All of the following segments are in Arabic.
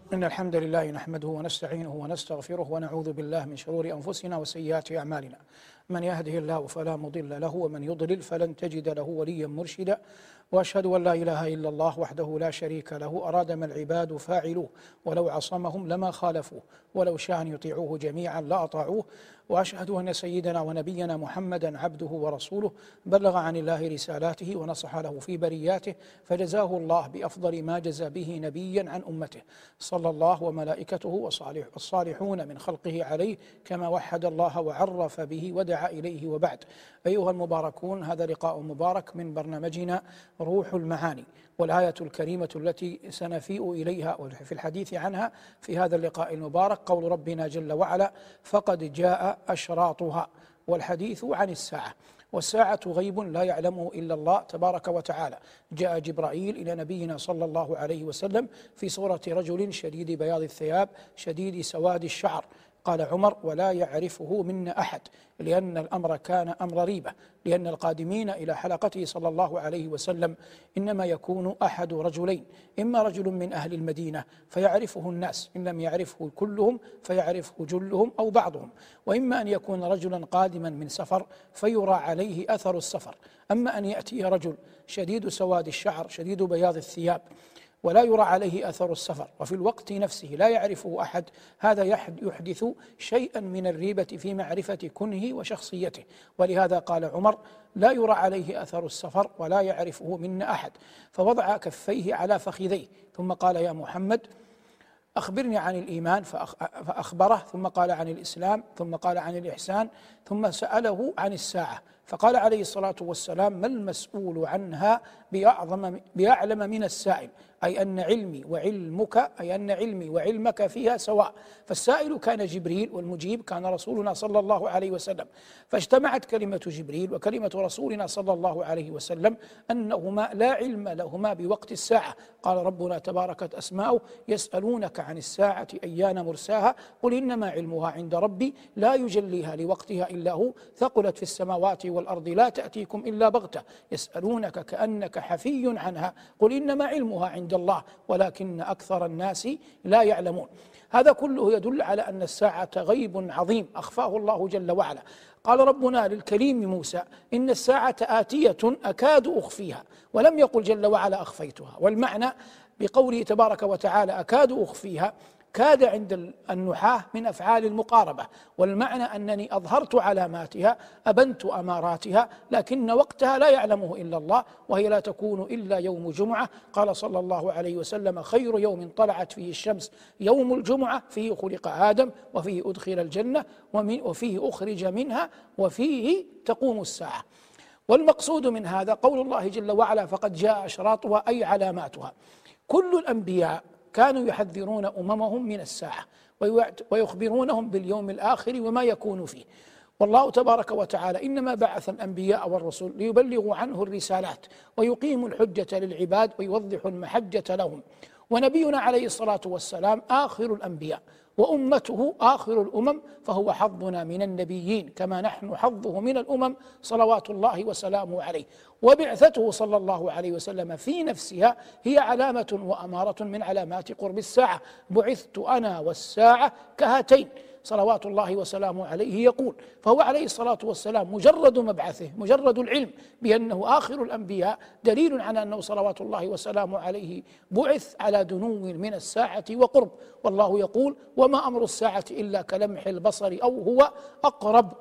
إن الحمد لله نحمده ونستعينه ونستغفره ونعوذ بالله من شرور أنفسنا وسيئات أعمالنا. من يهده الله فلا مضل له ومن يضلل فلن تجد له وليا مرشدا. وأشهد أن لا إله إلا الله وحده لا شريك له أراد ما العباد فاعلوه ولو عصمهم لما خالفوه ولو شاء أن يطيعوه جميعا لأطاعوه. وأشهد أن سيدنا ونبينا محمدا عبده ورسوله بلغ عن الله رسالاته ونصح له في برياته فجزاه الله بأفضل ما جزى به نبيا عن أمته صلى الله وملائكته والصالحون من خلقه عليه كما وحد الله وعرف به ودعا إليه. وبعد، أيها المباركون، هذا لقاء مبارك من برنامجنا روح المعاني، والآية الكريمة التي سنفيء إليها في الحديث عنها في هذا اللقاء المبارك قول ربنا جل وعلا: فقد جاء أشراطها. والحديث عن الساعة، والساعة غيب لا يعلمه إلا الله تبارك وتعالى. جاء جبرائيل إلى نبينا صلى الله عليه وسلم في صورة رجل شديد بياض الثياب شديد سواد الشعر. قال عمر: ولا يعرفه منا أحد، لأن الأمر كان أمر ريبة، لأن القادمين إلى حلقته صلى الله عليه وسلم إنما يكون أحد رجلين: إما رجل من أهل المدينة فيعرفه الناس إن لم يعرفه كلهم فيعرفه جلهم أو بعضهم، وإما أن يكون رجلا قادما من سفر فيرى عليه أثر السفر. أما أن يأتي رجل شديد سواد الشعر شديد بياض الثياب ولا يرى عليه أثر السفر وفي الوقت نفسه لا يعرفه أحد، هذا يحدث شيئا من الريبة في معرفة كنه وشخصيته. ولهذا قال عمر: لا يرى عليه أثر السفر ولا يعرفه منا أحد. فوضع كفيه على فخذيه ثم قال: يا محمد أخبرني عن الإيمان، فأخبره، ثم قال عن الإسلام، ثم قال عن الإحسان، ثم سأله عن الساعة، فقال عليه الصلاة والسلام: ما المسؤول عنها بأعلم من السائل، أي أن علمي وعلمك فيها سواء. فالسائل كان جبريل والمجيب كان رسولنا صلى الله عليه وسلم، فاجتمعت كلمة جبريل وكلمة رسولنا صلى الله عليه وسلم أنهما لا علم لهما بوقت الساعة. قال ربنا تباركت أسماؤه: يسألونك عن الساعة أيان مرساها قل إنما علمها عند ربي لا يجليها لوقتها إلا هو ثقلت في السماوات والأرض لا تأتيكم إلا بغتة يسألونك كأنك حفي عنها قل إنما علمها عند الله ولكن أكثر الناس لا يعلمون. هذا كله يدل على أن الساعة غيب عظيم أخفاه الله جل وعلا. قال ربنا للكريم موسى: إن الساعة آتية أكاد أخفيها، ولم يقل جل وعلا أخفيتها. والمعنى بقوله تبارك وتعالى أكاد أخفيها، كاد عند النحاة من أفعال المقاربة، والمعنى أنني أظهرت علاماتها أبنت أماراتها، لكن وقتها لا يعلمه إلا الله، وهي لا تكون إلا يوم جمعة. قال صلى الله عليه وسلم: خير يوم طلعت فيه الشمس يوم الجمعة، فيه خلق آدم وفيه أدخل الجنة وفيه أخرج منها وفيه تقوم الساعة. والمقصود من هذا قول الله جل وعلا: فقد جاء أشراطها، أي علاماتها. كل الأنبياء كانوا يحذرون أممهم من الساعة ويخبرونهم باليوم الآخر وما يكون فيه. والله تبارك وتعالى إنما بعث الأنبياء والرسل ليبلغوا عنه الرسالات ويقيموا الحجة للعباد ويوضحوا المحجة لهم. ونبينا عليه الصلاة والسلام آخر الأنبياء وأمته آخر الأمم، فهو حظنا من النبيين كما نحن حظه من الأمم صلوات الله وسلامه عليه. وبعثته صلى الله عليه وسلم في نفسها هي علامة وأمارة من علامات قرب الساعة. بعثت أنا والساعة كهاتين صلوات الله وسلامه عليه يقول. فهو عليه الصلاة والسلام مجرد مبعثه مجرد العلم بأنه آخر الأنبياء دليل على أنه صلوات الله وسلامه عليه بعث على دنو من الساعة وقرب. والله يقول: وما أمر الساعة إلا كلمح البصر أو هو أقرب.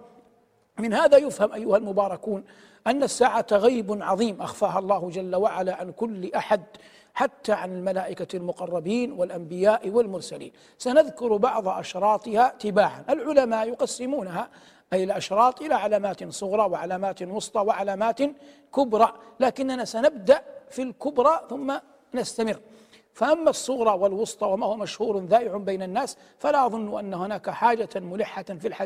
من هذا يفهم أيها المباركون أن الساعة غيب عظيم أخفاها الله جل وعلا عن كل أحد، حتى عن الملائكة المقربين والأنبياء والمرسلين. سنذكر بعض أشراطها تباعا. العلماء يقسمونها أي الأشراط إلى علامات صغرى وعلامات وسطى وعلامات كبرى، لكننا سنبدأ في الكبرى ثم نستمر. فأما الصغرى والوسطى وما هو مشهور ذائع بين الناس فلا أظن أن هناك حاجة ملحة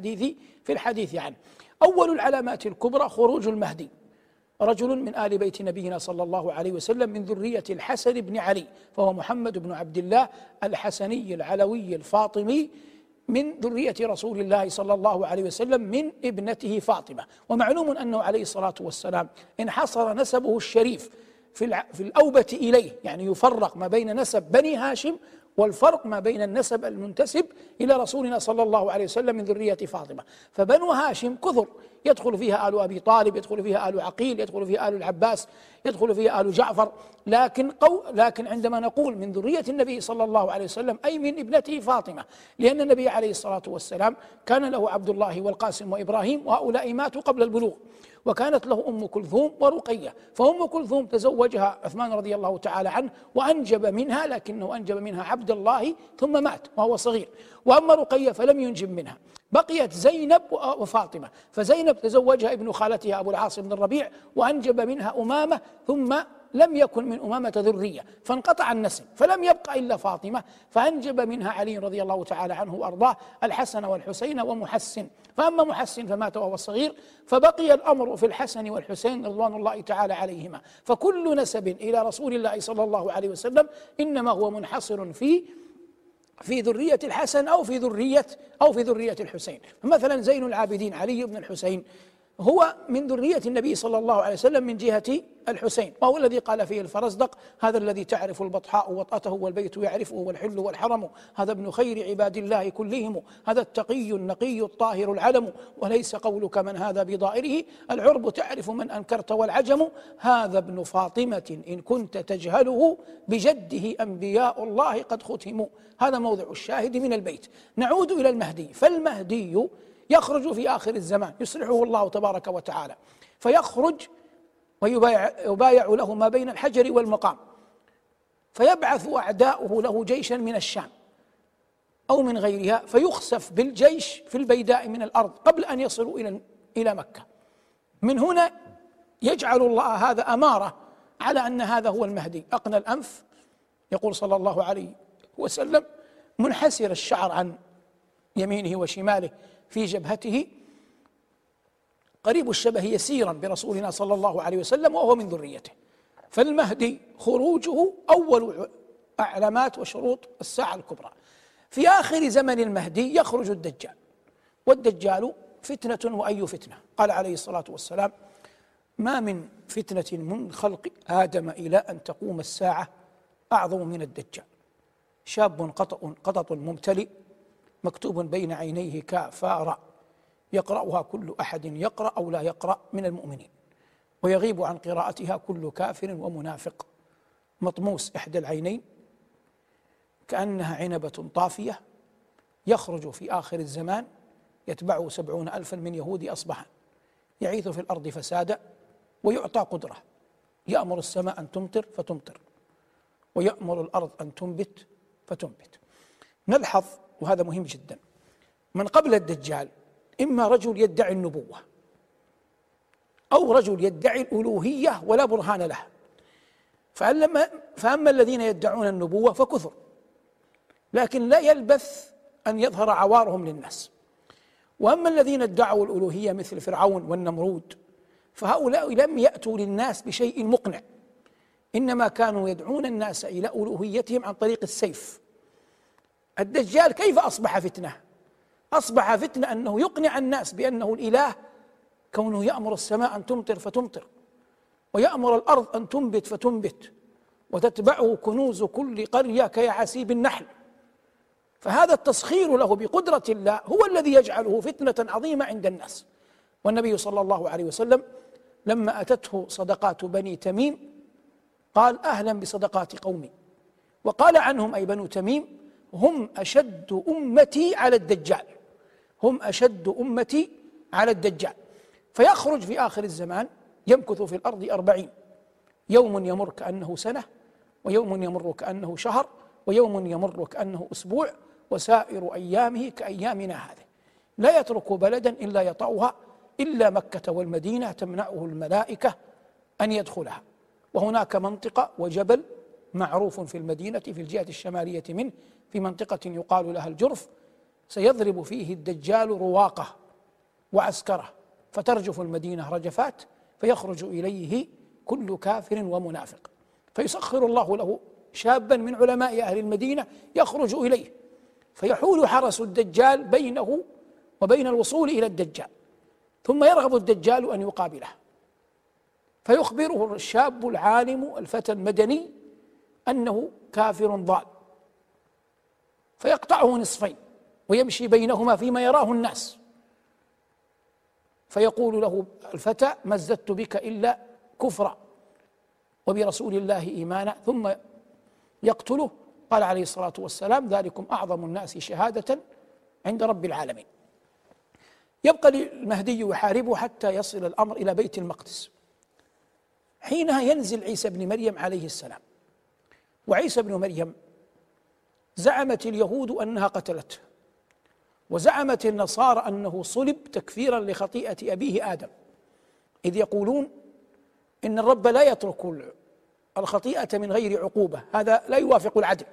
في الحديث عنه. أول العلامات الكبرى خروج المهدي، رجل من آل بيت نبينا صلى الله عليه وسلم من ذرية الحسن بن علي، فهو محمد بن عبد الله الحسني العلوي الفاطمي من ذرية رسول الله صلى الله عليه وسلم من ابنته فاطمة. ومعلوم أنه عليه الصلاة والسلام انحصر نسبه الشريف في الأوبة إليه، يعني يفرق ما بين نسب بني هاشم والفرق ما بين النسب المنتسب إلى رسولنا صلى الله عليه وسلم من ذرية فاطمة. فبنو هاشم كثر، يدخل فيها آل أبي طالب، يدخل فيها آل عقيل، يدخل فيها آل العباس، يدخل فيها آل جعفر. لكن عندما نقول من ذرية النبي صلى الله عليه وسلم أي من ابنته فاطمة، لأن النبي عليه الصلاة والسلام كان له عبد الله والقاسم وإبراهيم، وهؤلاء ماتوا قبل البلوغ، وكانت له أم كلثوم ورقية. فأم كلثوم تزوجها عثمان رضي الله تعالى عنه وأنجب منها، لكنه أنجب منها عبد الله ثم مات وهو صغير. وأما رقية فلم ينجب منها، بقيت زينب وفاطمة. فزينب تزوجها ابن خالتها أبو العاص بن الربيع وأنجب منها أمامة، ثم لم يكن من أمامة ذرية فانقطع النسل، فلم يبق إلا فاطمة، فأنجب منها علي رضي الله تعالى عنه وأرضاه الحسن والحسين ومحسن. فأما محسن فمات وهو صغير، فبقي الأمر في الحسن والحسين رضوان الله تعالى عليهما. فكل نسب إلى رسول الله صلى الله عليه وسلم إنما هو منحصر في ذرية الحسن أو في ذرية الحسين. فمثلا زين العابدين علي بن الحسين هو من ذرية النبي صلى الله عليه وسلم من جهة الحسين، وهو الذي قال فيه الفرزدق: هذا الذي تعرف البطحاء وطأته والبيت يعرفه والحل والحرم، هذا ابن خير عباد الله كلهم، هذا التقي النقي الطاهر العلم، وليس قولك من هذا بضائره، العرب تعرف من أنكرت والعجم، هذا ابن فاطمة إن كنت تجهله، بجده أنبياء الله قد ختموا. هذا موضع الشاهد من البيت. نعود إلى المهدي. فالمهدي يخرج في آخر الزمان، يصلحه الله تبارك وتعالى، فيخرج ويبايع له ما بين الحجر والمقام، فيبعث أعداؤه له جيشا من الشام أو من غيرها، فيخسف بالجيش في البيداء من الأرض قبل أن يصلوا إلى مكة. من هنا يجعل الله هذا أمارة على أن هذا هو المهدي. أقنى الأنف، يقول صلى الله عليه وسلم، منحسر الشعر عن يمينه وشماله في جبهته، قريب الشبه يسيرا برسولنا صلى الله عليه وسلم، وهو من ذريته. فالمهدي خروجه أول علامات وشروط الساعة الكبرى. في آخر زمن المهدي يخرج الدجال، والدجال فتنة وأي فتنة. قال عليه الصلاة والسلام: ما من فتنة من خلق آدم إلى أن تقوم الساعة أعظم من الدجال. شاب قطط ممتلئ مكتوب بين عينيه كافارا، يقرأها كل أحد يقرأ أو لا يقرأ من المؤمنين، ويغيب عن قراءتها كل كافر ومنافق. مطموس إحدى العينين كأنها عنبة طافية، يخرج في آخر الزمان يتبعه 70,000 من يهود أصبحان، يعيث في الأرض فسادا ويعطى قدرة، يأمر السماء أن تمطر فتمطر، ويأمر الأرض أن تنبت فتنبت. نلحظ، وهذا مهم جدا، من قبل الدجال إما رجل يدعي النبوة أو رجل يدعي الألوهية ولا برهان له. فأما الذين يدعون النبوة فكثر، لكن لا يلبث أن يظهر عوارهم للناس. وأما الذين ادعوا الألوهية مثل فرعون والنمرود فهؤلاء لم يأتوا للناس بشيء مقنع، إنما كانوا يدعون الناس إلى ألوهيتهم عن طريق السيف. الدجال كيف أصبح فتنة؟ أصبح فتنة أنه يقنع الناس بأنه الإله، كونه يأمر السماء أن تمطر فتمطر، ويأمر الأرض أن تنبت فتنبت، وتتبعه كنوز كل قرية كيعاسيب النحل. فهذا التسخير له بقدرة الله هو الذي يجعله فتنة عظيمة عند الناس. والنبي صلى الله عليه وسلم لما أتته صدقات بني تميم قال: أهلا بصدقات قومي. وقال عنهم أي بنو تميم: هم أشد أمتي على الدجال، هم أشد أمتي على الدجال. فيخرج في آخر الزمان يمكث في الأرض 40 يوم، يمر كأنه سنة، ويوم يمر كأنه شهر، ويوم يمر كأنه أسبوع، وسائر أيامه كأيامنا هذه، لا يترك بلدا إلا يطأها إلا مكة والمدينة تمنعه الملائكة أن يدخلها. وهناك منطقة وجبل معروف في المدينة في الجهة الشمالية منه، في منطقة يقال لها الجرف، سيضرب فيه الدجال رواقه وعسكره، فترجف المدينة رجفات، فيخرج إليه كل كافر ومنافق، فيسخر الله له شابا من علماء أهل المدينة يخرج إليه، فيحول حرس الدجال بينه وبين الوصول إلى الدجال، ثم يرغب الدجال أن يقابله، فيخبره الشاب العالم الفتى المدني أنه كافر ضال، فيقطعه نصفين ويمشي بينهما فيما يراه الناس، فيقول له الفتى: ما ازددت بك إلا كفرا وبرسول الله إيمانا، ثم يقتله. قال عليه الصلاة والسلام: ذلكم أعظم الناس شهادة عند رب العالمين. يبقى المهدي يحاربه حتى يصل الأمر إلى بيت المقدس. حينها ينزل عيسى بن مريم عليه السلام، وعيسى بن مريم زعمت اليهود أنها قتلته، وزعمت النصارى أنه صلب تكفيرا لخطيئة أبيه آدم، إذ يقولون إن الرب لا يترك الخطيئة من غير عقوبة، هذا لا يوافق العدل.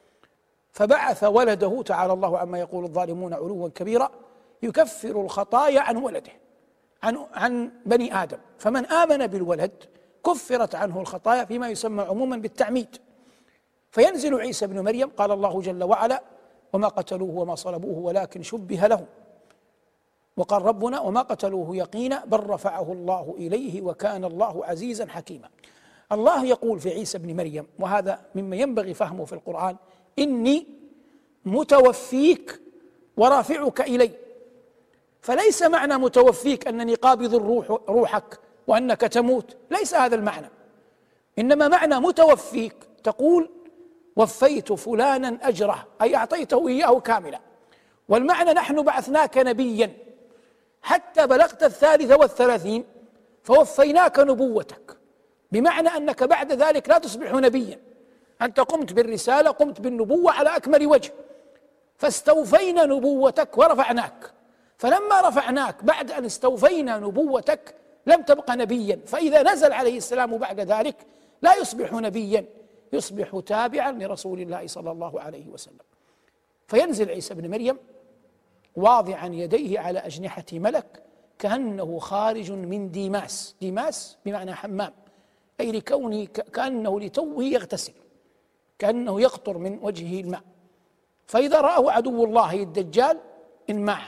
فبعث ولده، تعالى الله عما يقول الظالمون علوا كبيرا، يكفر الخطايا عن ولده، عن بني آدم. فمن آمن بالولد كفرت عنه الخطايا، فيما يسمى عموما بالتعميد. فينزل عيسى بن مريم، قال الله جل وعلا: وما قتلوه وما صلبوه ولكن شبه لهم. وقال ربنا: وما قتلوه يقينا بل رفعه الله إليه وكان الله عزيزا حكيما. الله يقول في عيسى بن مريم، وهذا مما ينبغي فهمه في القرآن: إني متوفيك ورافعك إلي. فليس معنى متوفيك أنني قابض روحك وأنك تموت، ليس هذا المعنى. إنما معنى متوفيك تقول: وفيت فلانا أجره، أي أعطيته إياه كاملا. والمعنى: نحن بعثناك نبيا حتى بلغت 33 فوفيناك نبوتك، بمعنى أنك بعد ذلك لا تصبح نبيا، أنت قمت بالرسالة، قمت بالنبوة على أكمل وجه، فاستوفينا نبوتك ورفعناك. فلما رفعناك بعد أن استوفينا نبوتك لم تبق نبيا، فإذا نزل عليه السلام بعد ذلك لا يصبح نبيا، يصبح تابعا لرسول الله صلى الله عليه وسلم. فينزل عيسى بن مريم واضعا يديه على أجنحة ملك، كأنه خارج من ديماس. ديماس بمعنى حمام، أي لكونه كأنه لتوه يغتسل، كأنه يقطر من وجهه الماء. فإذا رآه عدو الله الدجال انماع،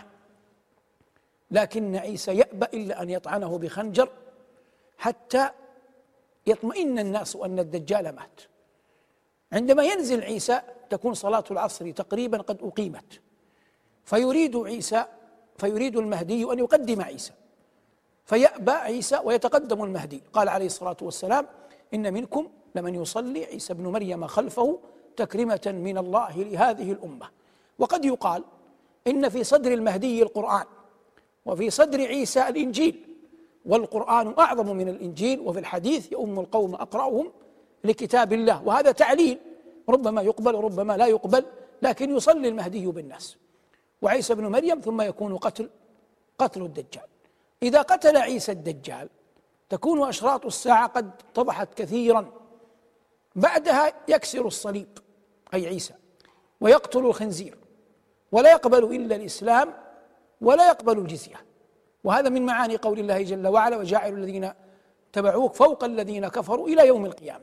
لكن عيسى يأبى إلا أن يطعنه بخنجر حتى يطمئن الناس أن الدجال مات. عندما ينزل عيسى تكون صلاة العصر تقريبا قد أقيمت، فيريد المهدي أن يقدم عيسى، فيأبى عيسى ويتقدم المهدي. قال عليه الصلاة والسلام: إن منكم لمن يصلي عيسى بن مريم خلفه تكرمة من الله لهذه الأمة. وقد يقال إن في صدر المهدي القرآن، وفي صدر عيسى الإنجيل، والقرآن أعظم من الإنجيل. وفي الحديث: يؤم القوم أقرأهم لكتاب الله. وهذا تعليل، ربما يقبل وربما لا يقبل، لكن يصلي المهدي بالناس وعيسى بن مريم، ثم يكون قتل الدجال. إذا قتل عيسى الدجال تكون أشراط الساعة قد اتضحت كثيرا. بعدها يكسر الصليب أي عيسى، ويقتل الخنزير، ولا يقبل إلا الإسلام ولا يقبل الجزية. وهذا من معاني قول الله جل وعلا: وجاعل الذين تبعوك فوق الذين كفروا إلى يوم القيامة.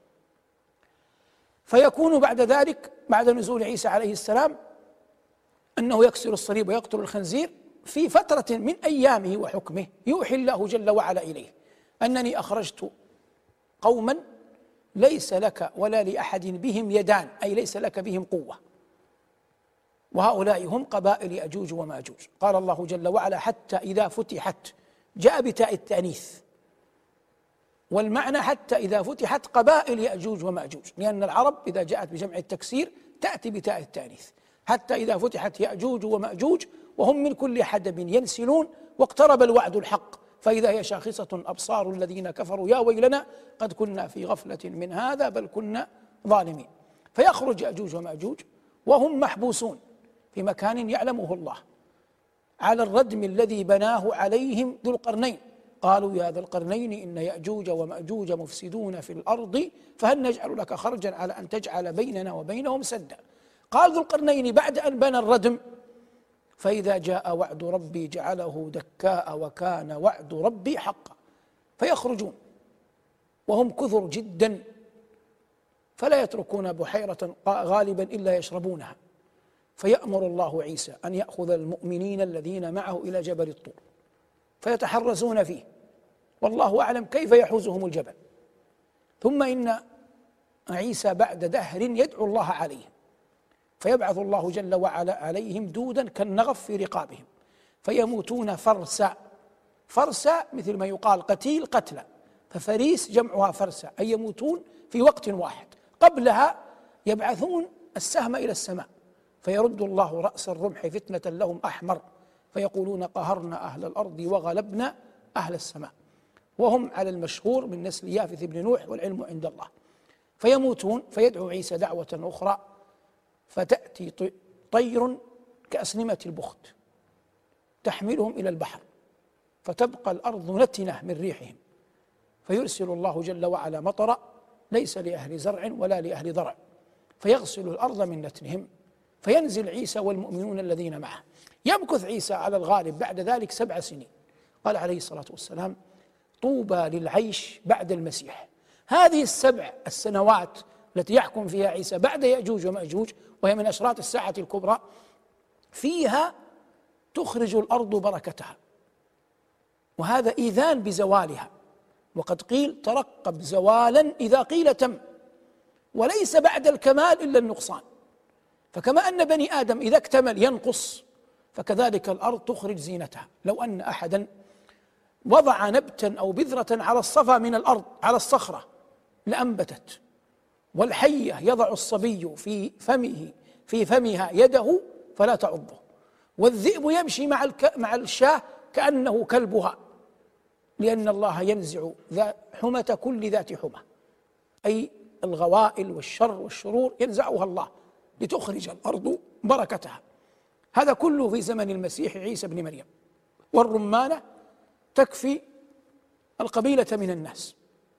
فيكون بعد ذلك، بعد نزول عيسى عليه السلام، أنه يكسر الصليب ويقتل الخنزير. في فترة من أيامه وحكمه يوحي الله جل وعلا إليه: أنني أخرجت قوما ليس لك ولا لأحد بهم يدان، أي ليس لك بهم قوة، وهؤلاء هم قبائل يأجوج وماجوج. قال الله جل وعلا: حتى إذا فتحت، جاء بتاء التأنيث، والمعنى حتى إذا فتحت قبائل يأجوج وماجوج، لأن العرب إذا جاءت بجمع التكسير تأتي بتاء التأنيث. حتى إذا فتحت يأجوج ومأجوج وهم من كل حدب ينسلون واقترب الوعد الحق فإذا هي شاخصة أبصار الذين كفروا يا ويلنا قد كنا في غفلة من هذا بل كنا ظالمين. فيخرج يأجوج ومأجوج وهم محبوسون في مكان يعلمه الله على الردم الذي بناه عليهم ذو القرنين. قالوا يا ذا القرنين إن يأجوج ومأجوج مفسدون في الأرض فهل نجعل لك خرجا على أن تجعل بيننا وبينهم سدا. قال ذو القرنين بعد أن بنى الردم فإذا جاء وعد ربي جعله دكاء وكان وعد ربي حقا. فيخرجون وهم كثر جدا فلا يتركون بحيرة غالبا إلا يشربونها. فيأمر الله عيسى أن يأخذ المؤمنين الذين معه إلى جبل الطور فيتحرزون فيه والله أعلم كيف يحوزهم الجبل. ثم إن عيسى بعد دهر يدعو الله عليهم فيبعث الله جل وعلا عليهم دودا كالنغف في رقابهم فيموتون فرسا. فرسا مثل ما يقال قتيل قتلى، ففريس جمعها فرسا، أي يموتون في وقت واحد. قبلها يبعثون السهم إلى السماء فيرد الله رأس الرمح فتنة لهم أحمر فيقولون قهرنا أهل الأرض وغلبنا أهل السماء، وهم على المشهور من نسل يافث بن نوح والعلم عند الله. فيموتون فيدعو عيسى دعوة أخرى فتأتي طير كأسنمة البخت تحملهم إلى البحر فتبقى الأرض نتنة من ريحهم، فيرسل الله جل وعلا مطرا ليس لأهل زرع ولا لأهل ضرع فيغسل الأرض من نتنهم، فينزل عيسى والمؤمنون الذين معه. يمكث عيسى على الغالب بعد ذلك 7 سنين. قال عليه الصلاة والسلام طوبى للعيش بعد المسيح. هذه ال7 السنوات التي يحكم فيها عيسى بعد يأجوج ومأجوج وهي من أشراط الساعة الكبرى فيها تخرج الأرض بركتها، وهذا إيذان بزوالها، وقد قيل ترقب زوالا إذا قيل تم، وليس بعد الكمال إلا النقصان. فكما أن بني آدم إذا اكتمل ينقص فكذلك الأرض تخرج زينتها. لو أن أحدا وضع نبتا أو بذرة على الصفا من الأرض على الصخرة لأنبتت، والحية يضع الصبي في فمها يده فلا تعضه، والذئب يمشي مع الشاة كأنه كلبها، لأن الله ينزع حمة كل ذات حمى، أي الغوائل والشر والشرور ينزعها الله لتخرج الأرض بركتها. هذا كله في زمن المسيح عيسى بن مريم، والرمانة تكفي القبيلة من الناس،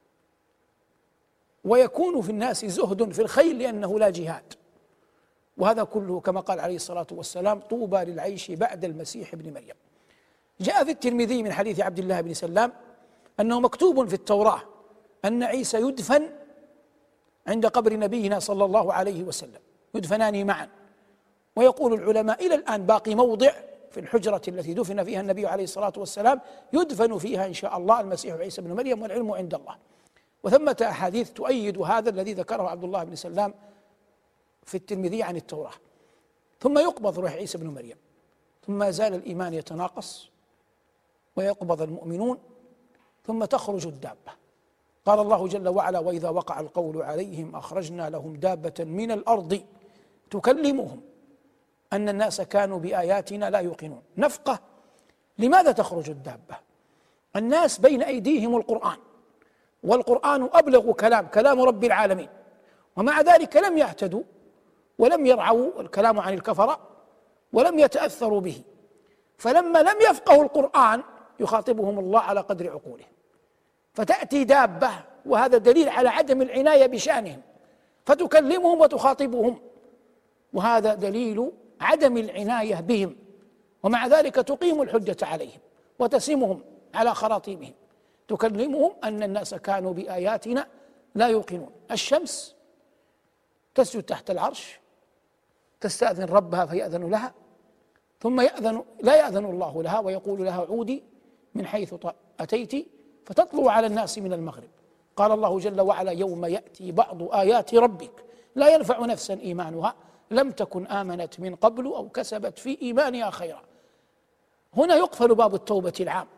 ويكون في الناس زهد في الخيل لأنه لا جهاد. وهذا كله كما قال عليه الصلاة والسلام طوبى للعيش بعد المسيح ابن مريم. جاء في الترمذي من حديث عبد الله بن سلام أنه مكتوب في التوراة أن عيسى يدفن عند قبر نبينا صلى الله عليه وسلم، يدفنان معا. ويقول العلماء إلى الآن باقي موضع في الحجرة التي دفن فيها النبي عليه الصلاة والسلام يدفن فيها إن شاء الله المسيح عيسى بن مريم والعلم عند الله. وثمة أحاديث تؤيد هذا الذي ذكره عبد الله بن سلام في الترمذي عن التوراة. ثم يقبض روح عيسى بن مريم، ثم يزال الإيمان يتناقص ويقبض المؤمنون، ثم تخرج الدابة. قال الله جل وعلا وإذا وقع القول عليهم أخرجنا لهم دابة من الأرض تكلمهم أن الناس كانوا بآياتنا لا يوقنون. نفقه لماذا تخرج الدابة؟ الناس بين أيديهم القرآن، والقرآن أبلغ كلام رب العالمين، ومع ذلك لم يهتدوا ولم يرعوا الكلام عن الكفرة ولم يتأثروا به، فلما لم يفقهوا القرآن يخاطبهم الله على قدر عقولهم، فتأتي دابة وهذا دليل على عدم العناية بشأنهم فتكلمهم وتخاطبهم، وهذا دليل عدم العناية بهم، ومع ذلك تقيم الحجة عليهم وتسمهم على خراطيمهم، تكلمهم أن الناس كانوا بآياتنا لا يوقنون. الشمس تسجد تحت العرش تستأذن ربها فيأذن لها، ثم لا يأذن الله لها ويقول لها عودي من حيث أتيت، فتطلع على الناس من المغرب. قال الله جل وعلا يوم يأتي بعض آيات ربك لا ينفع نفسا إيمانها لم تكن آمنت من قبل أو كسبت في إيمانها خيرا. هنا يقفل باب التوبة العام،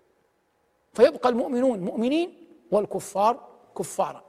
فيبقى المؤمنون مؤمنين والكفار كفارا،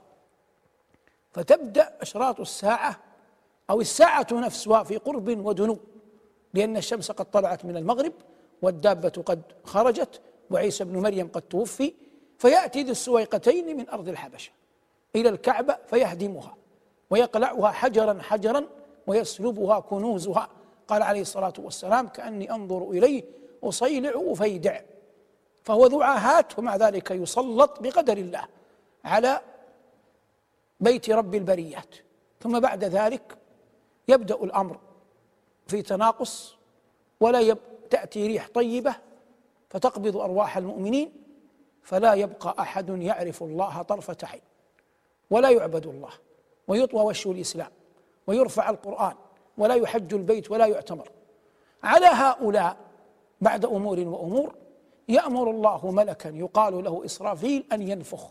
فتبدأ أشراط الساعة أو الساعة نفسها في قرب ودنو، لأن الشمس قد طلعت من المغرب والدابة قد خرجت وعيسى بن مريم قد توفي، فيأتي ذو السويقتين من أرض الحبشة إلى الكعبة فيهدمها ويقلعها حجرا حجرا ويسلبها كنوزها. قال عليه الصلاة والسلام كأني أنظر إليه أصيلع أفيدع، فهو ذو عاهات ومع ذلك يسلط بقدر الله على بيت رب البريات. ثم بعد ذلك يبدأ الأمر في تناقص، ولا تأتي ريح طيبة فتقبض أرواح المؤمنين، فلا يبقى أحد يعرف الله طرفة عين، ولا يعبد الله، ويطوى وش الإسلام، ويرفع القرآن، ولا يحج البيت ولا يعتمر. على هؤلاء بعد أمور وأمور يأمر الله ملكا يقال له إسرافيل أن ينفخ،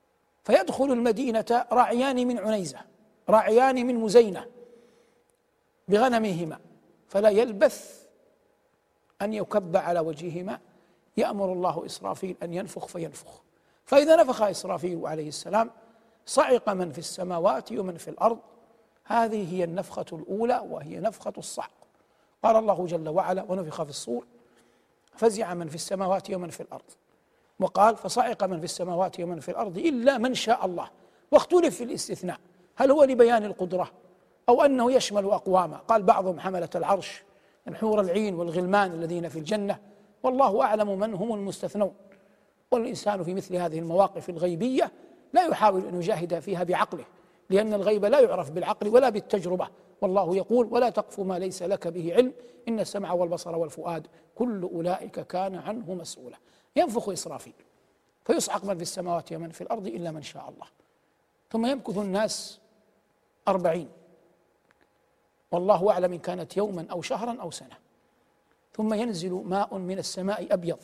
فيدخل المدينة راعيان من عنيزة، راعيان من مزينة، بغنمهما فلا يلبث أن يكب على وجههما، يأمر الله إسرافيل أن ينفخ فينفخ، فإذا نفخ إسرافيل عليه السلام صعق من في السماوات ومن في الأرض. هذه هي النفخة الأولى وهي نفخة الصعق. قال الله جل وعلا: ونفخ في الصور فزع من في السماوات ومن في الأرض. وقال: فصعق من في السماوات ومن في الأرض إلا من شاء الله. واختلف في الاستثناء، هل هو لبيان القدرة أو أنه يشمل أقواما؟ قال بعضهم حملة العرش، الحور العين والغلمان الذين في الجنة، والله أعلم من هم المستثنون. والإنسان في مثل هذه المواقف الغيبية لا يحاول أن يجاهد فيها بعقله، لأن الغيب لا يعرف بالعقل ولا بالتجربة. والله يقول: ولا تقف ما ليس لك به علم إن السمع والبصر والفؤاد كل أولئك كان عنه مسؤولا. ينفخ إسرافيل فيصعق من في السماوات ومن في الأرض إلا من شاء الله، ثم يمكث الناس 40، والله أعلم إن كانت يوما أو شهرا أو سنة، ثم ينزل ماء من السماء أبيض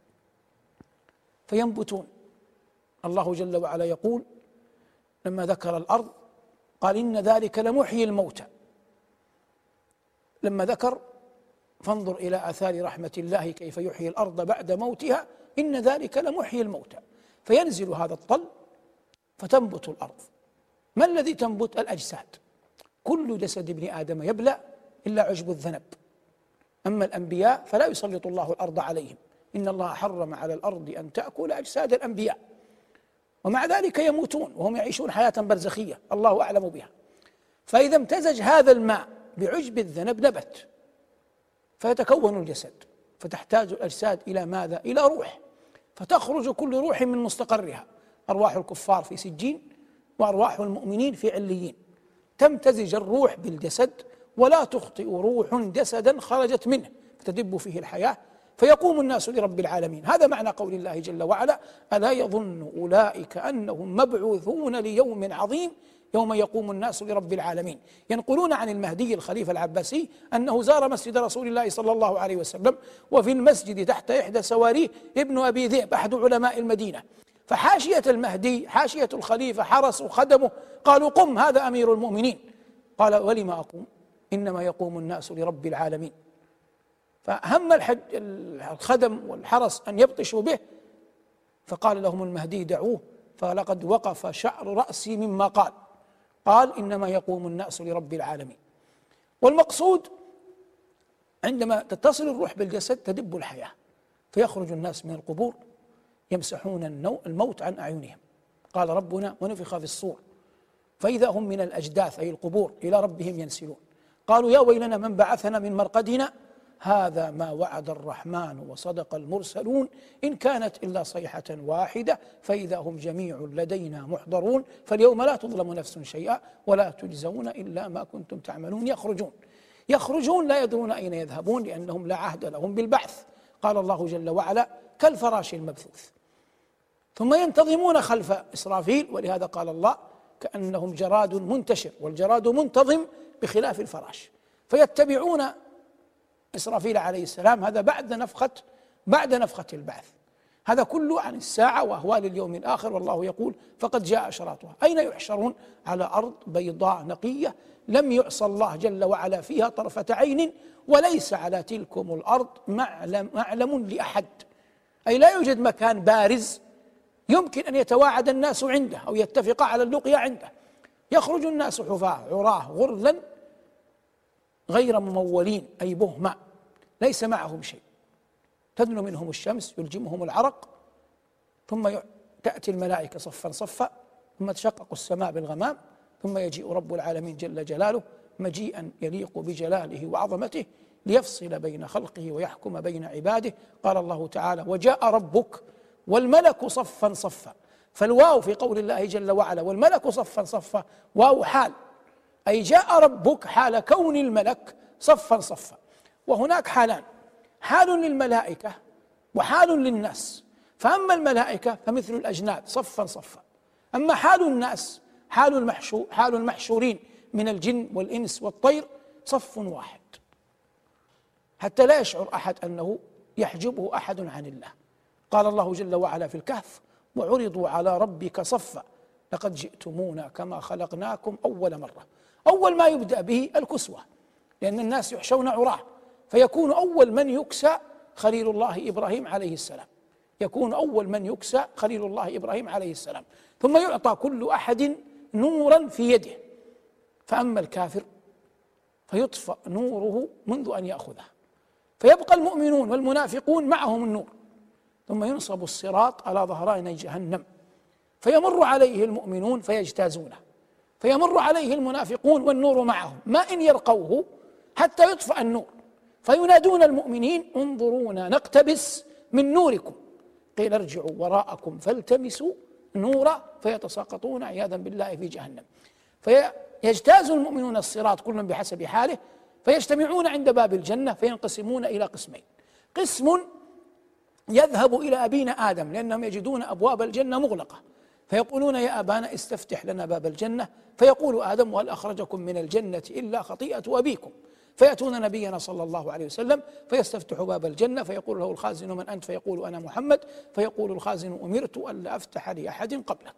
فينبتون. الله جل وعلا يقول لما ذكر الأرض قال: إن ذلك لمحيي الموتى. لما ذكر فانظر إلى آثار رحمة الله كيف يحيي الأرض بعد موتها إن ذلك لمحيي الموتى. فينزل هذا الطل فتنبت الأرض. ما الذي تنبت؟ الأجساد. كل جسد ابن آدم يبلى إلا عشب الذنب. أما الأنبياء فلا يسلط الله الأرض عليهم، إن الله حرم على الأرض أن تأكل أجساد الأنبياء، ومع ذلك يموتون وهم يعيشون حياة برزخية الله أعلم بها. فإذا امتزج هذا الماء بعشب الذنب نبت فيتكون الجسد، فتحتاج الأجساد إلى ماذا؟ إلى روح، فتخرج كل روح من مستقرها. أرواح الكفار في سجين وأرواح المؤمنين في عليين. تمتزج الروح بالجسد ولا تخطئ روح جسدا خرجت منه فتدب فيه الحياة فيقوم الناس لرب العالمين. هذا معنى قول الله جل وعلا: ألا يظن أولئك أنهم مبعوثون ليوم عظيم يوم يقوم الناس لرب العالمين. ينقلون عن المهدي الخليفة العباسي أنه زار مسجد رسول الله صلى الله عليه وسلم، وفي المسجد تحت إحدى سواريه ابن أبي ذئب أحد علماء المدينة، فحاشية المهدي حاشية الخليفة حرسوا خدمه، قالوا: قم هذا أمير المؤمنين. قال: ولم أقوم؟ إنما يقوم الناس لرب العالمين. فهم الخدم والحرس أن يبطشوا به، فقال لهم المهدي: دعوه فلقد وقف شعر رأسي مما قال. قال: إنما يقوم الناس لرب العالمين. والمقصود عندما تتصل الروح بالجسد تدب الحياة، فيخرج الناس من القبور يمسحون الموت عن أعينهم. قال ربنا: ونفخ في الصور فإذا هم من الأجداث أي القبور إلى ربهم ينسلون. قالوا: يا ويلنا من بعثنا من مرقدنا هذا ما وعد الرحمن وصدق المرسلون إن كانت إلا صيحة واحدة فإذا هم جميع لدينا محضرون فاليوم لا تظلم نفس شيئا ولا تجزون إلا ما كنتم تعملون. يخرجون لا يدرون أين يذهبون لأنهم لا عهد لهم بالبعث. قال الله جل وعلا: كالفراش المبثوث. ثم ينتظمون خلف إسرافيل، ولهذا قال الله: كأنهم جراد منتشر، والجراد منتظم بخلاف الفراش، فيتبعون إسرافيل عليه السلام. هذا بعد نفخة البعث. هذا كله عن الساعة وأهوال اليوم الآخر. والله يقول: فقد جاء أشراطها. أين يحشرون؟ على أرض بيضاء نقية لم يعصى الله جل وعلا فيها طرفة عين، وليس على تلكم الأرض معلم لأحد، أي لا يوجد مكان بارز يمكن أن يتواعد الناس عنده أو يتفق على اللقيا عنده. يخرج الناس حفاة عراه غرلا غير ممولين، أي بهما ليس معهم شيء، تدنو منهم الشمس يلجمهم العرق، ثم تأتي الملائكة صفا صفا، ثم تشقق السماء بالغمام، ثم يجيء رب العالمين جل جلاله مجيئا يليق بجلاله وعظمته ليفصل بين خلقه ويحكم بين عباده. قال الله تعالى: وجاء ربك والملك صفا صفا. فالواو في قول الله جل وعلا والملك صفا صفا واو حال، أي جاء ربك حال كون الملك صفا صفا. وهناك حالان: حال للملائكة وحال للناس. فأما الملائكة فمثل الأجناد صفا صفا، أما حال الناس حال المحشورين من الجن والإنس والطير صف واحد، حتى لا يشعر أحد أنه يحجبه أحد عن الله. قال الله جل وعلا في الكهف: وعرضوا على ربك صفا لقد جئتمونا كما خلقناكم أول مرة. أول ما يبدأ به الكسوة، لأن الناس يحشون عراه، فيكون أول من يكسى خليل الله إبراهيم عليه السلام، يكون أول من يكسى خليل الله إبراهيم عليه السلام، ثم يعطى كل أحد نورا في يده، فأما الكافر فيطفأ نوره منذ أن يأخذه، فيبقى المؤمنون والمنافقون معهم النور، ثم ينصب الصراط على ظهران جهنم، فيمر عليه المؤمنون فيجتازونه، فيمر عليه المنافقون والنور معهم، ما إن يرقوه حتى يطفأ النور، فينادون المؤمنين انظرونا نقتبس من نوركم، قيل ارجعوا وراءكم فالتمسوا نورا فيتساقطون عياذا بالله في جهنم، فيجتاز المؤمنون الصراط كل بحسب حاله، فيجتمعون عند باب الجنة فينقسمون إلى قسمين، قسم يذهب إلى أبينا آدم لأنهم يجدون أبواب الجنة مغلقة، فيقولون يا أبانا استفتح لنا باب الجنة، فيقول آدم وهل أخرجكم من الجنة إلا خطيئة أبيكم، فيأتون نبينا صلى الله عليه وسلم فيستفتح باب الجنة، فيقول له الخازن من أنت؟ فيقول أنا محمد، فيقول الخازن أمرت ألا أفتح لأحد قبلك.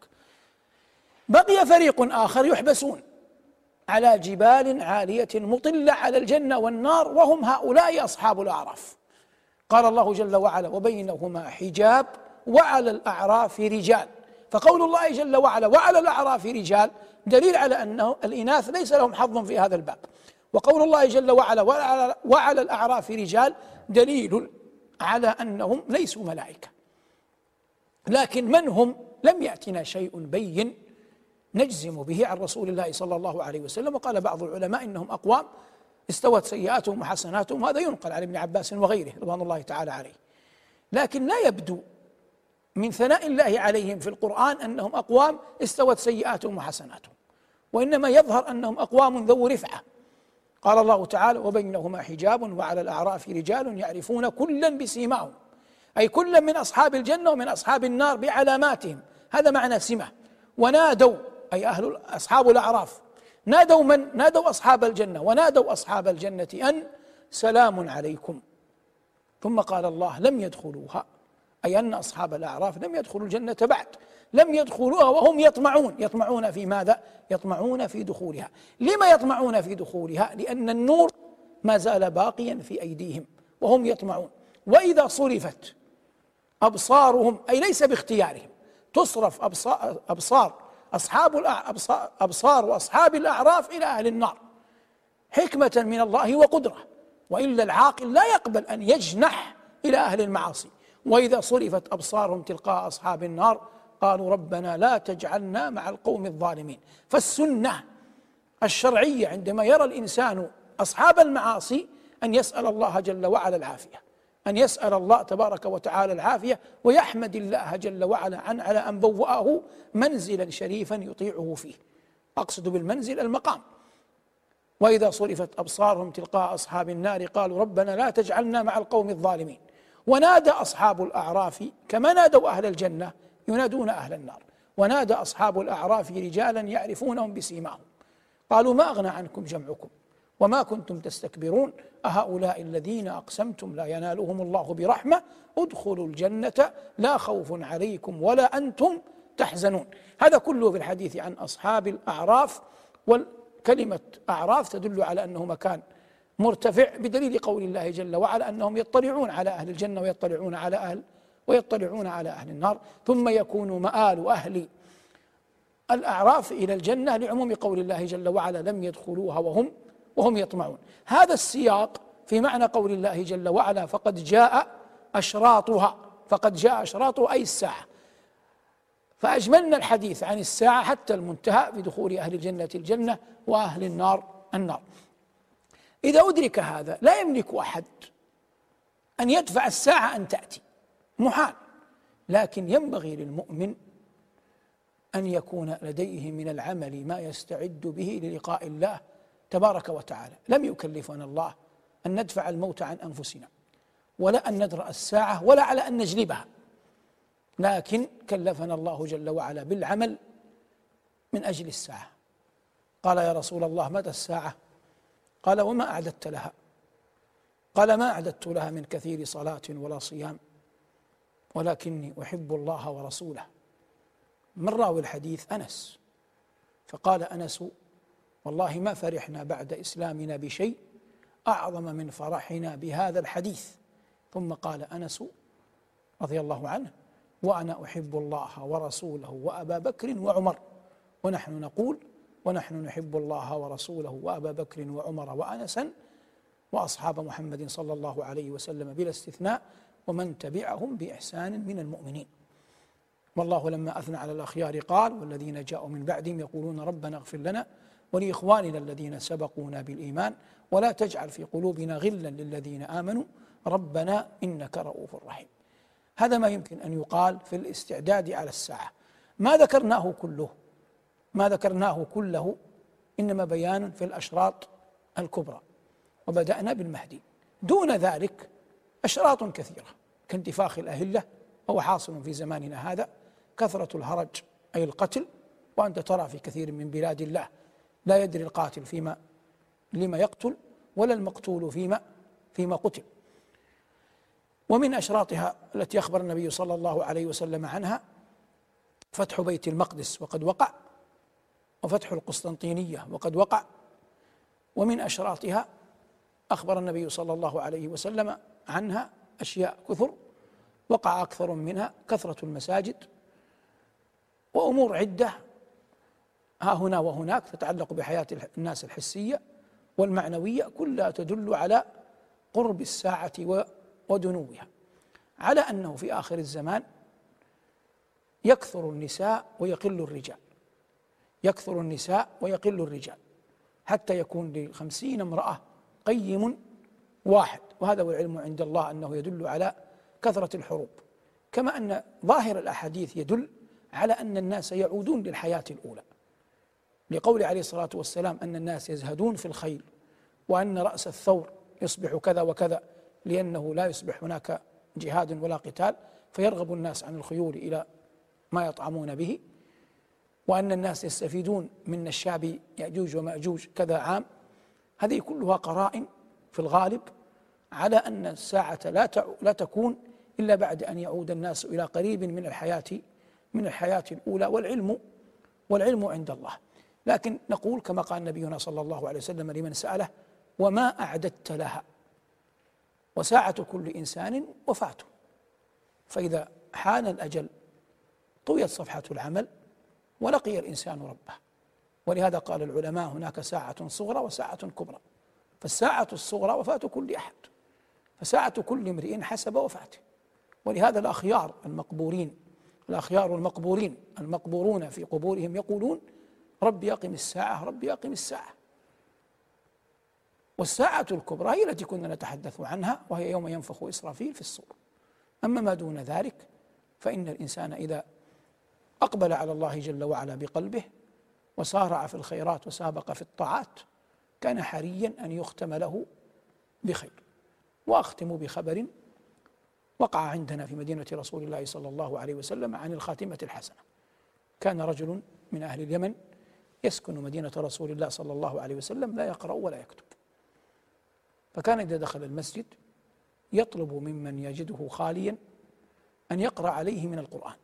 بقي فريق آخر يحبسون على جبال عالية مطلة على الجنة والنار، وهم هؤلاء أصحاب الأعراف. قال الله جل وعلا وبينهما حجاب وعلى الأعراف رجال، فقول الله جل وعلا وعلى الأعراف رجال دليل على أنه الإناث ليس لهم حظ في هذا الباب، وقول الله جل وعلا وعلى الأعراف رجال دليل على أنهم ليسوا ملائكة. لكن من هم؟ لم يأتنا شيء بين نجزم به عن رسول الله صلى الله عليه وسلم، وقال بعض العلماء إنهم أقوام استوت سيئاتهم وحسناتهم، وهذا ينقل عن ابن عباس وغيره رضوان الله تعالى عليه، لكن لا يبدو من ثناء الله عليهم في القرآن أنهم أقوام استوت سيئاتهم وحسناتهم، وإنما يظهر أنهم أقوام ذو رفعة. قال الله تعالى وبينهما حجاب وعلى الأعراف رجال يعرفون كلا بسيماهم، أي كلا من أصحاب الجنة ومن أصحاب النار بعلاماتهم، هذا معنى سمة. ونادوا أي أصحاب الأعراف نادوا من؟ نادوا أصحاب الجنة، ونادوا أصحاب الجنة أن سلام عليكم، ثم قال الله لم يدخلوها، أي أن أصحاب الأعراف لم يدخلوا الجنة بعد، لم يدخلوها وهم يطمعون. يطمعون في ماذا؟ يطمعون في دخولها. لما يطمعون في دخولها؟ لأن النور ما زال باقيا في أيديهم وهم يطمعون. وإذا صرفت أبصارهم، أي ليس باختيارهم، تصرف أبصار وأصحاب الأعراف إلى أهل النار حكمة من الله وقدرة، وإلا العاقل لا يقبل أن يجنح إلى أهل المعاصي. وإذا صرفت أبصارهم تلقاء أصحاب النار قالوا ربنا لا تجعلنا مع القوم الظالمين. فالسنة الشرعية عندما يرى الإنسان أصحاب المعاصي أن يسأل الله جل وعلا العافية، أن يسأل الله تبارك وتعالى العافية، ويحمد الله جل وعلا على أن بوأه منزلا شريفا يطيعه فيه، أقصد بالمنزل المقام. وإذا صرفت أبصارهم تلقاء أصحاب النار قالوا ربنا لا تجعلنا مع القوم الظالمين. ونادى أصحاب الأعراف كما نادوا أهل الجنة ينادون أهل النار، ونادى أصحاب الأعراف رجالا يعرفونهم بسيماهم قالوا ما أغنى عنكم جمعكم وما كنتم تستكبرون أهؤلاء الذين أقسمتم لا ينالهم الله برحمة ادخلوا الجنة لا خوف عليكم ولا أنتم تحزنون. هذا كله في الحديث عن أصحاب الأعراف، والكلمة أعراف تدل على أنه مكان مرتفع بدليل قول الله جل وعلا أنهم يطلعون على أهل الجنة ويطلعون على أهل النار، ثم يكون مآل أهل الأعراف إلى الجنة لعموم قول الله جل وعلا لم يدخلوها وهم يطمعون. هذا السياق في معنى قول الله جل وعلا فقد جاء أشراطها أي الساعة، فأجملنا الحديث عن الساعة حتى المنتهى بدخول أهل الجنة الجنة وأهل النار النار. إذا أدرك هذا لا يملك أحد أن يدفع الساعة أن تأتي، محال، لكن ينبغي للمؤمن أن يكون لديه من العمل ما يستعد به للقاء الله تبارك وتعالى. لم يكلفنا الله أن ندفع الموت عن أنفسنا ولا أن ندرأ الساعة ولا على أن نجلبها، لكن كلفنا الله جل وعلا بالعمل من أجل الساعة. قال يا رسول الله متى الساعة؟ قال وما أعددت لها؟ قال ما أعددت لها من كثير صلاة ولا صيام ولكني أحب الله ورسوله. من راوي الحديث؟ أنس. فقال أنس والله ما فرحنا بعد إسلامنا بشيء أعظم من فرحنا بهذا الحديث. ثم قال أنس رضي الله عنه: وأنا أحب الله ورسوله وأبا بكر وعمر، ونحن نقول ونحن نحب الله ورسوله وأبا بكر وعمر وأنسا وأصحاب محمد صلى الله عليه وسلم بلا استثناء ومن تبعهم بإحسان من المؤمنين. والله لما أثنى على الأخيار قال: والذين جاءوا من بعدهم يقولون ربنا اغفر لنا ولإخواننا الذين سبقونا بالإيمان ولا تجعل في قلوبنا غلا للذين آمنوا ربنا إنك رؤوف رحيم. هذا ما يمكن أن يقال في الاستعداد على الساعة. ما ذكرناه كله إنما بيان في الأشراط الكبرى، وبدأنا بالمهدي. دون ذلك أشراط كثيرة كانتفاخ الأهلة، وهو حاصل في زماننا هذا، كثرة الهرج أي القتل، وأنت ترى في كثير من بلاد الله لا يدري القاتل لما يقتل ولا المقتول فيما قتل. ومن أشراطها التي أخبر النبي صلى الله عليه وسلم عنها فتح بيت المقدس وقد وقع، وفتح القسطنطينية وقد وقع. ومن أشراطها أخبر النبي صلى الله عليه وسلم عنها أشياء كثر وقع أكثر منها كثرة المساجد وأمور عدة ها هنا وهناك تتعلق بحياة الناس الحسية والمعنوية، كلها تدل على قرب الساعة ودنوها، على أنه في آخر الزمان يكثر النساء ويقل الرجال، حتى يكون ل50 امرأة قيم واحد. وهذا هو العلم عند الله أنه يدل على كثرة الحروب، كما أن ظاهر الأحاديث يدل على أن الناس يعودون للحياة الأولى، لقول عليه الصلاة والسلام أن الناس يزهدون في الخيل، وأن رأس الثور يصبح كذا وكذا، لأنه لا يصبح هناك جهاد ولا قتال، فيرغب الناس عن الخيول إلى ما يطعمون به، وأن الناس يستفيدون من نشاب يأجوج ومأجوج كذا عام. هذه كلها قرائن في الغالب على أن الساعة لا تكون إلا بعد أن يعود الناس إلى قريب من الحياة الأولى، والعلم عند الله. لكن نقول كما قال نبينا صلى الله عليه وسلم لمن سأله: وما أعددت لها؟ وساعة كل إنسان وفاته، فإذا حان الأجل طويت صفحة العمل ولقي الإنسان ربه. ولهذا قال العلماء: هناك ساعة صغرى وساعة كبرى، فالساعة الصغرى وفاة كل أحد، فساعة كل امرئ حسب وفاته. ولهذا الأخيار المقبورون في قبورهم يقولون: ربي أقم الساعة، ربي أقم الساعة. والساعة الكبرى هي التي كنا نتحدث عنها، وهي يوم ينفخ إسرافيل في الصور. أما ما دون ذلك فإن الإنسان إذا أقبل على الله جل وعلا بقلبه وسارع في الخيرات وسابق في الطاعات كان حريا أن يختم له بخير. وأختم بخبر وقع عندنا في مدينة رسول الله صلى الله عليه وسلم عن الخاتمة الحسنة. كان رجل من أهل اليمن يسكن مدينة رسول الله صلى الله عليه وسلم، لا يقرأ ولا يكتب، فكان إذا دخل المسجد يطلب ممن يجده خاليا أن يقرأ عليه من القرآن،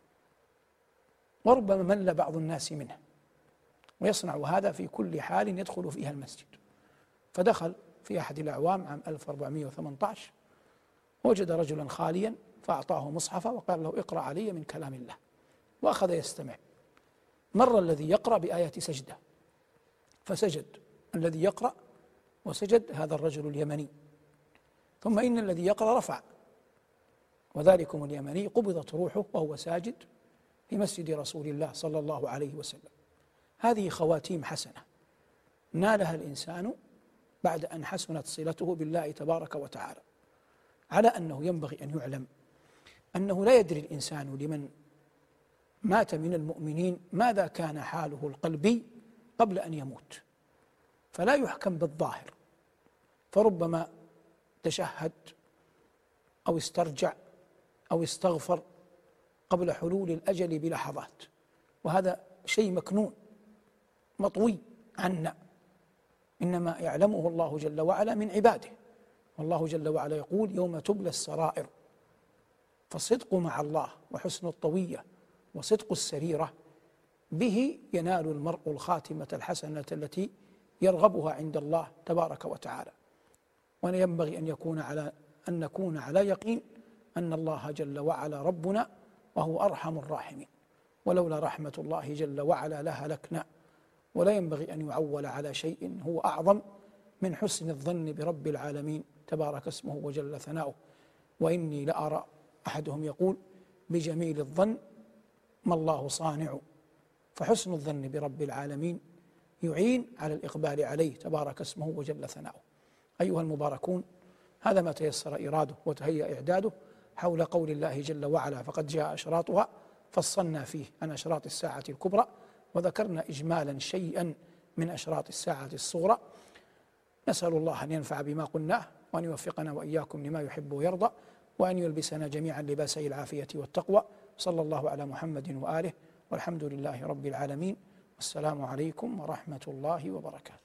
وربما مل بعض الناس منه، ويصنع هذا في كل حال يدخل فيها المسجد. فدخل في أحد الأعوام عام 1418 وجد رجلا خاليا فأعطاه مصحفا وقال له: اقرأ علي من كلام الله، وأخذ يستمع. مر الذي يقرأ بآية سجدة فسجد الذي يقرأ وسجد هذا الرجل اليمني، ثم إن الذي يقرأ رفع، وذلكم اليمني قبضت روحه وهو ساجد في مسجد رسول الله صلى الله عليه وسلم. هذه خواتيم حسنة نالها الإنسان بعد أن حسنت صلته بالله تبارك وتعالى، على أنه ينبغي أن يعلم أنه لا يدري الإنسان لمن مات من المؤمنين ماذا كان حاله القلبي قبل أن يموت، فلا يحكم بالظاهر، فربما تشهد أو استرجع أو استغفر قبل حلول الأجل بلحظات، وهذا شيء مكنون مطوي عنا، إنما يعلمه الله جل وعلا من عباده. والله جل وعلا يقول: يوم تبلى السرائر. فالصدق مع الله وحسن الطوية وصدق السريرة به ينال المرء الخاتمة الحسنة التي يرغبها عند الله تبارك وتعالى. وينبغي أن نكون على يقين أن الله جل وعلا ربنا وهو أرحم الراحمين، ولولا رحمة الله جل وعلا لهلكنا. ولا ينبغي أن يعول على شيء هو أعظم من حسن الظن برب العالمين تبارك اسمه وجل ثناؤه. وإني لأرى أحدهم يقول بجميل الظن ما الله صانع. فحسن الظن برب العالمين يعين على الإقبال عليه تبارك اسمه وجل ثناؤه. أيها المباركون، هذا ما تيسر إراده وتهيأ إعداده حول قول الله جل وعلا فقد جاء أشراطها، فصلنا فيه عن أشراط الساعة الكبرى، وذكرنا إجمالا شيئا من أشراط الساعة الصغرى. نسأل الله أن ينفع بما قلناه، وأن يوفقنا وإياكم لما يحب ويرضى، وأن يلبسنا جميعا لباسي العافية والتقوى. صلى الله على محمد وآله، والحمد لله رب العالمين، والسلام عليكم ورحمة الله وبركاته.